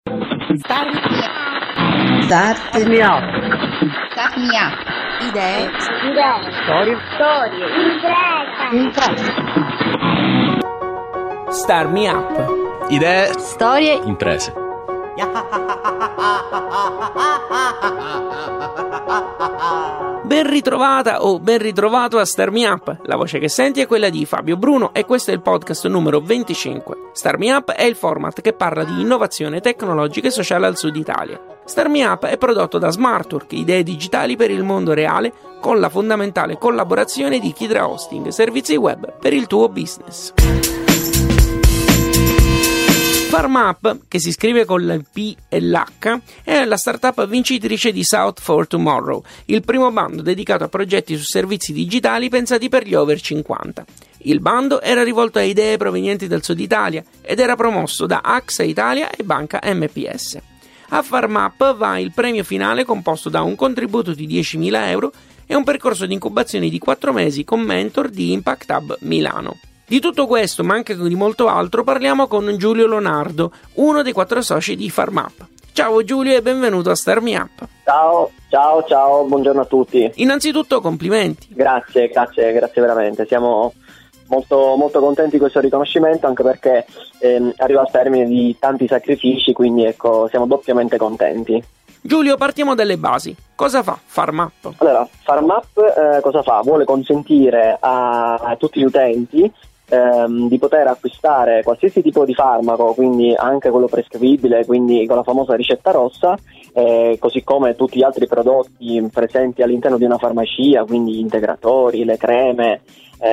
Start me up. Idee. Storie. Imprese. Start me up. Idee, Storie. imprese. Ben ritrovata o ben ritrovato a Start Me Up. La voce che senti è quella di Fabio Bruno e questo è il podcast numero 25. Start Me Up è il format che parla di innovazione tecnologica e sociale al sud Italia. Start Me Up è prodotto da Smartwork, idee digitali per il mondo reale, con la fondamentale collaborazione di Kidra Hosting, servizi web per il tuo business. FarmUp, che si scrive con la P e l'H, è la startup vincitrice di South for Tomorrow, il primo bando dedicato a progetti su servizi digitali pensati per gli over 50. Il bando era rivolto a idee provenienti dal sud Italia ed era promosso da AXA Italia e Banca MPS. A FarmUp va il premio finale composto da un contributo di 10.000 euro e un percorso di incubazione di 4 mesi con mentor di Impact Hub Milano. Di tutto questo, ma anche di molto altro, parliamo con Giulio Lonardo, uno dei 4 soci di FarmUp. Ciao Giulio e benvenuto a Start Me Up. Ciao, buongiorno a tutti. Innanzitutto complimenti. Grazie veramente. Siamo molto contenti di questo riconoscimento, anche perché arriva al termine di tanti sacrifici, quindi ecco, siamo doppiamente contenti. Giulio, partiamo dalle basi. Cosa fa FarmUp? Allora, FarmUp cosa fa? Vuole consentire a tutti gli utenti di poter acquistare qualsiasi tipo di farmaco, quindi anche quello prescrivibile, quindi con la famosa ricetta rossa, così come tutti gli altri prodotti presenti all'interno di una farmacia, quindi gli integratori, le creme,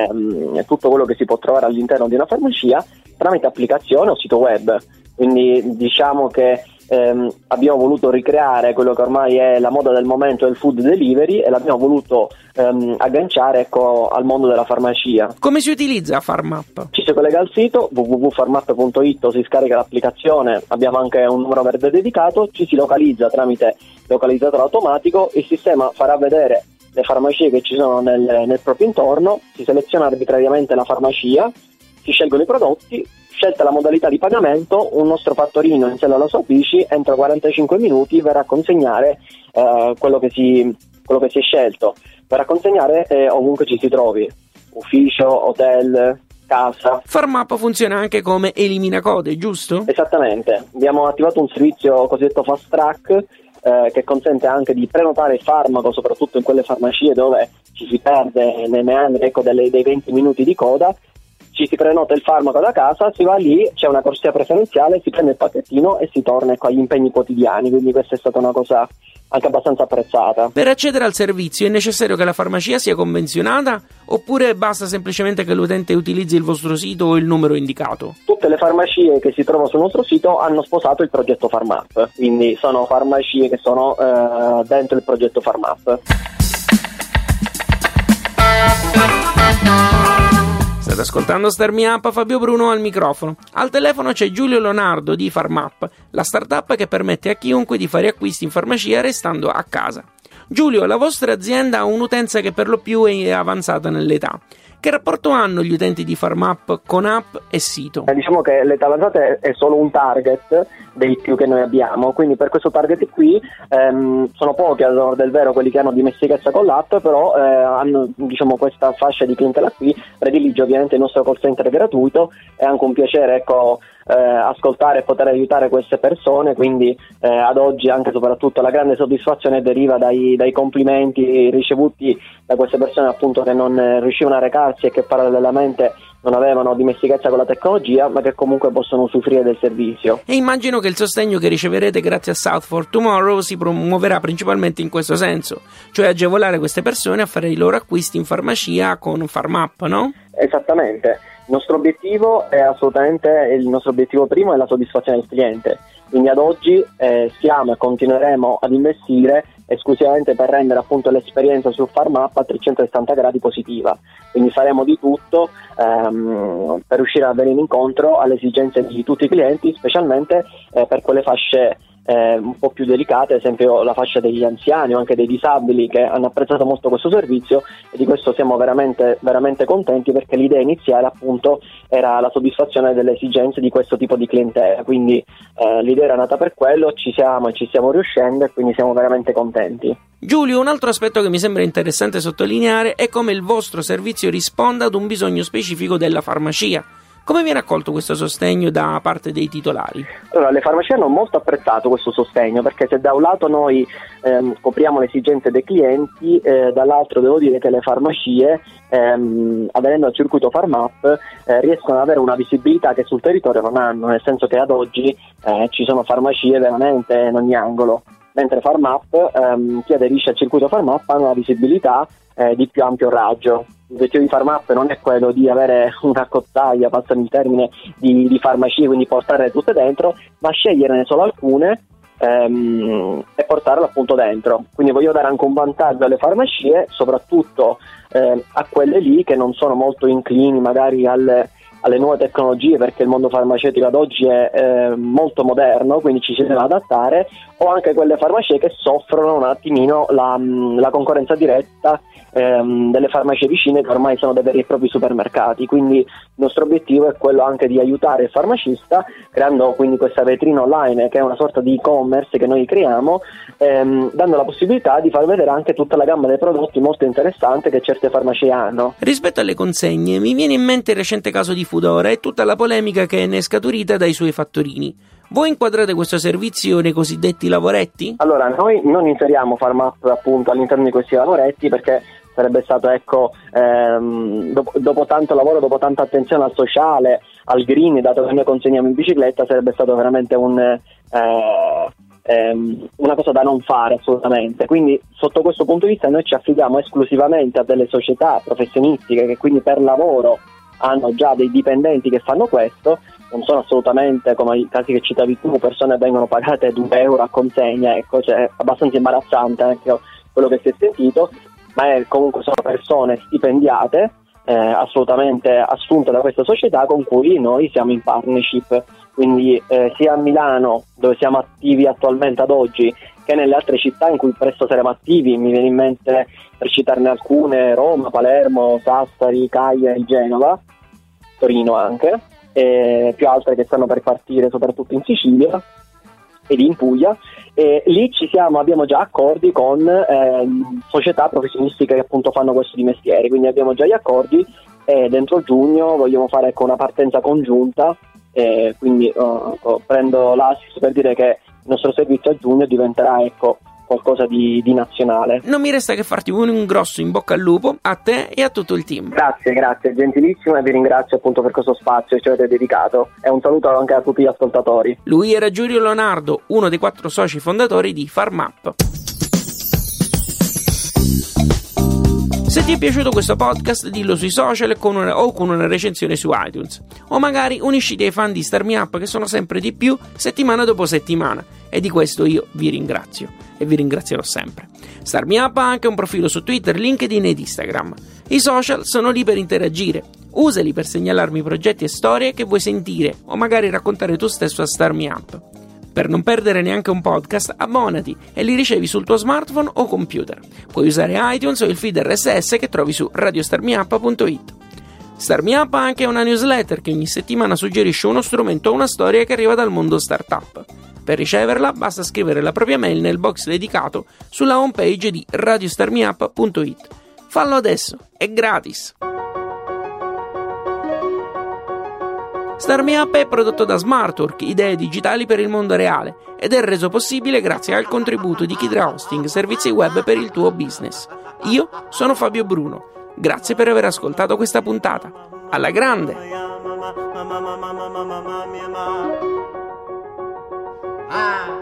tutto quello che si può trovare all'interno di una farmacia tramite applicazione o sito web. Quindi diciamo che abbiamo voluto ricreare quello che ormai è la moda del momento del food delivery e l'abbiamo voluto agganciare al mondo della farmacia. Come si utilizza FarmUp? Ci si collega al sito www.farmup.it, si scarica l'applicazione, abbiamo anche un numero verde dedicato, ci si localizza tramite localizzatore automatico, il sistema farà vedere le farmacie che ci sono nel proprio intorno, si seleziona arbitrariamente la farmacia, si scelgono i prodotti, scelta la modalità di pagamento, un nostro fattorino in sella alla sua bici entro 45 minuti verrà a consegnare quello che si è scelto, verrà a consegnare ovunque ci si trovi, ufficio, hotel, casa. FarmUp funziona anche come eliminacode, giusto? Esattamente, abbiamo attivato un servizio cosiddetto Fast Track che consente anche di prenotare il farmaco, soprattutto in quelle farmacie dove ci si perde nei meandri dei 20 minuti di coda. Ci si prenota il farmaco da casa, si va lì, c'è una corsia preferenziale, si prende il pacchettino e si torna agli impegni quotidiani, quindi questa è stata una cosa anche abbastanza apprezzata. Per accedere al servizio è necessario che la farmacia sia convenzionata oppure basta semplicemente che l'utente utilizzi il vostro sito o il numero indicato? Tutte le farmacie che si trovano sul nostro sito hanno sposato il progetto FarmUp, quindi sono farmacie che sono dentro il progetto FarmUp. State ascoltando Start Me Up, Fabio Bruno al microfono. Al telefono c'è Giulio Lonardo di FarmUp, la startup che permette a chiunque di fare acquisti in farmacia restando a casa. Giulio, la vostra azienda ha un'utenza che per lo più è avanzata nell'età. Che rapporto hanno gli utenti di FarmUp con app e sito? Diciamo che l'età avanzata è solo un target dei più che noi abbiamo, quindi per questo target qui sono pochi all'ora del vero quelli che hanno dimestichezza con l'app, però hanno questa fascia di clientela qui, predilige ovviamente il nostro call center gratuito, è anche un piacere ascoltare e poter aiutare queste persone, quindi ad oggi anche soprattutto la grande soddisfazione deriva dai complimenti ricevuti da queste persone appunto che non riuscivano a recarsi e che parallelamente non avevano dimestichezza con la tecnologia, ma che comunque possono usufruire del servizio. E immagino che il sostegno che riceverete grazie a South for Tomorrow si promuoverà principalmente in questo senso, cioè agevolare queste persone a fare i loro acquisti in farmacia con FarmUp, no? Esattamente. Il nostro obiettivo primo è la soddisfazione del cliente, quindi ad oggi stiamo e continueremo ad investire esclusivamente per rendere appunto l'esperienza su FarmUp a 360 gradi positiva, quindi faremo di tutto per riuscire a venire incontro alle esigenze di tutti i clienti, specialmente per quelle fasce un po' più delicate, ad esempio la fascia degli anziani o anche dei disabili, che hanno apprezzato molto questo servizio, e di questo siamo veramente, veramente contenti, perché l'idea iniziale appunto era la soddisfazione delle esigenze di questo tipo di clientela, quindi l'idea era nata per quello, ci stiamo riuscendo e quindi siamo veramente contenti. Giulio, un altro aspetto che mi sembra interessante sottolineare è come il vostro servizio risponda ad un bisogno specifico della farmacia. Come viene accolto questo sostegno da parte dei titolari? Allora, le farmacie hanno molto apprezzato questo sostegno, perché se da un lato noi copriamo le esigenze dei clienti, dall'altro devo dire che le farmacie, aderendo al circuito Farmap, riescono ad avere una visibilità che sul territorio non hanno, nel senso che ad oggi ci sono farmacie veramente in ogni angolo, mentre Farmap, chi aderisce al circuito Farmap ha una visibilità di più ampio raggio. L'obiettivo di Farmap non è quello di avere una cozzaglia, passami il termine, di farmacie, quindi portarle tutte dentro, ma sceglierne solo alcune e portarle appunto dentro. Quindi voglio dare anche un vantaggio alle farmacie, soprattutto a quelle lì che non sono molto inclini magari alle nuove tecnologie, perché il mondo farmaceutico ad oggi è molto moderno, quindi ci si deve adattare, o anche quelle farmacie che soffrono un attimino la concorrenza diretta delle farmacie vicine, che ormai sono dei veri e propri supermercati. Quindi il nostro obiettivo è quello anche di aiutare il farmacista, creando quindi questa vetrina online, che è una sorta di e-commerce che noi creiamo, dando la possibilità di far vedere anche tutta la gamma dei prodotti molto interessante che certe farmacie hanno. Rispetto alle consegne, mi viene in mente il recente caso di Foodora e tutta la polemica che ne è scaturita dai suoi fattorini. Voi inquadrate questo servizio nei cosiddetti lavoretti? Allora, noi non inseriamo Farmap appunto all'interno di questi lavoretti, perché sarebbe stato, dopo tanto lavoro, dopo tanta attenzione al sociale, al green, dato che noi consegniamo in bicicletta, sarebbe stato veramente una cosa da non fare assolutamente. Quindi sotto questo punto di vista noi ci affidiamo esclusivamente a delle società professionistiche che quindi per lavoro hanno già dei dipendenti che fanno questo. Non sono assolutamente, come i casi che citavi tu, persone che vengono pagate 2 euro a consegna, ecco, cioè è abbastanza imbarazzante anche quello che si è sentito, ma comunque sono persone stipendiate, assolutamente assunte da questa società con cui noi siamo in partnership, quindi sia a Milano, dove siamo attivi attualmente ad oggi, che nelle altre città in cui presto saremo attivi. Mi viene in mente, per citarne alcune, Roma, Palermo, Sassari, Cagliari, Genova, Torino anche, e più altre che stanno per partire soprattutto in Sicilia ed in Puglia, e lì abbiamo già accordi con società professionistiche che appunto fanno questo di mestieri, quindi abbiamo già gli accordi e dentro giugno vogliamo fare una partenza congiunta, quindi prendo l'assist per dire che il nostro servizio a giugno diventerà qualcosa di nazionale. Non mi resta che farti un grosso in bocca al lupo a te e a tutto il team. Grazie, gentilissimo, e vi ringrazio appunto per questo spazio che ci avete dedicato, e un saluto anche a tutti gli ascoltatori. Lui era Giulio Leonardo, uno dei 4 soci fondatori di Farmap. Se ti è piaciuto questo podcast, dillo sui social con una recensione su iTunes, o magari unisciti ai fan di Start Me Up, che sono sempre di più settimana dopo settimana, e di questo io vi ringrazio e vi ringrazierò sempre. Start Me Up ha anche un profilo su Twitter, LinkedIn ed Instagram. I social sono lì per interagire, usali per segnalarmi progetti e storie che vuoi sentire o magari raccontare tu stesso a Start Me Up. Per non perdere neanche un podcast, abbonati e li ricevi sul tuo smartphone o computer. Puoi usare iTunes o il feed RSS che trovi su radiostarmiup.it. Start Me Up ha anche una newsletter che ogni settimana suggerisce uno strumento o una storia che arriva dal mondo startup. Per riceverla basta scrivere la propria mail nel box dedicato sulla homepage di radiostarmiup.it. Fallo adesso, è gratis! Start Me Up è prodotto da Smartwork, idee digitali per il mondo reale, ed è reso possibile grazie al contributo di Kidra Hosting, servizi web per il tuo business. Io sono Fabio Bruno. Grazie per aver ascoltato questa puntata. Alla grande! Ah.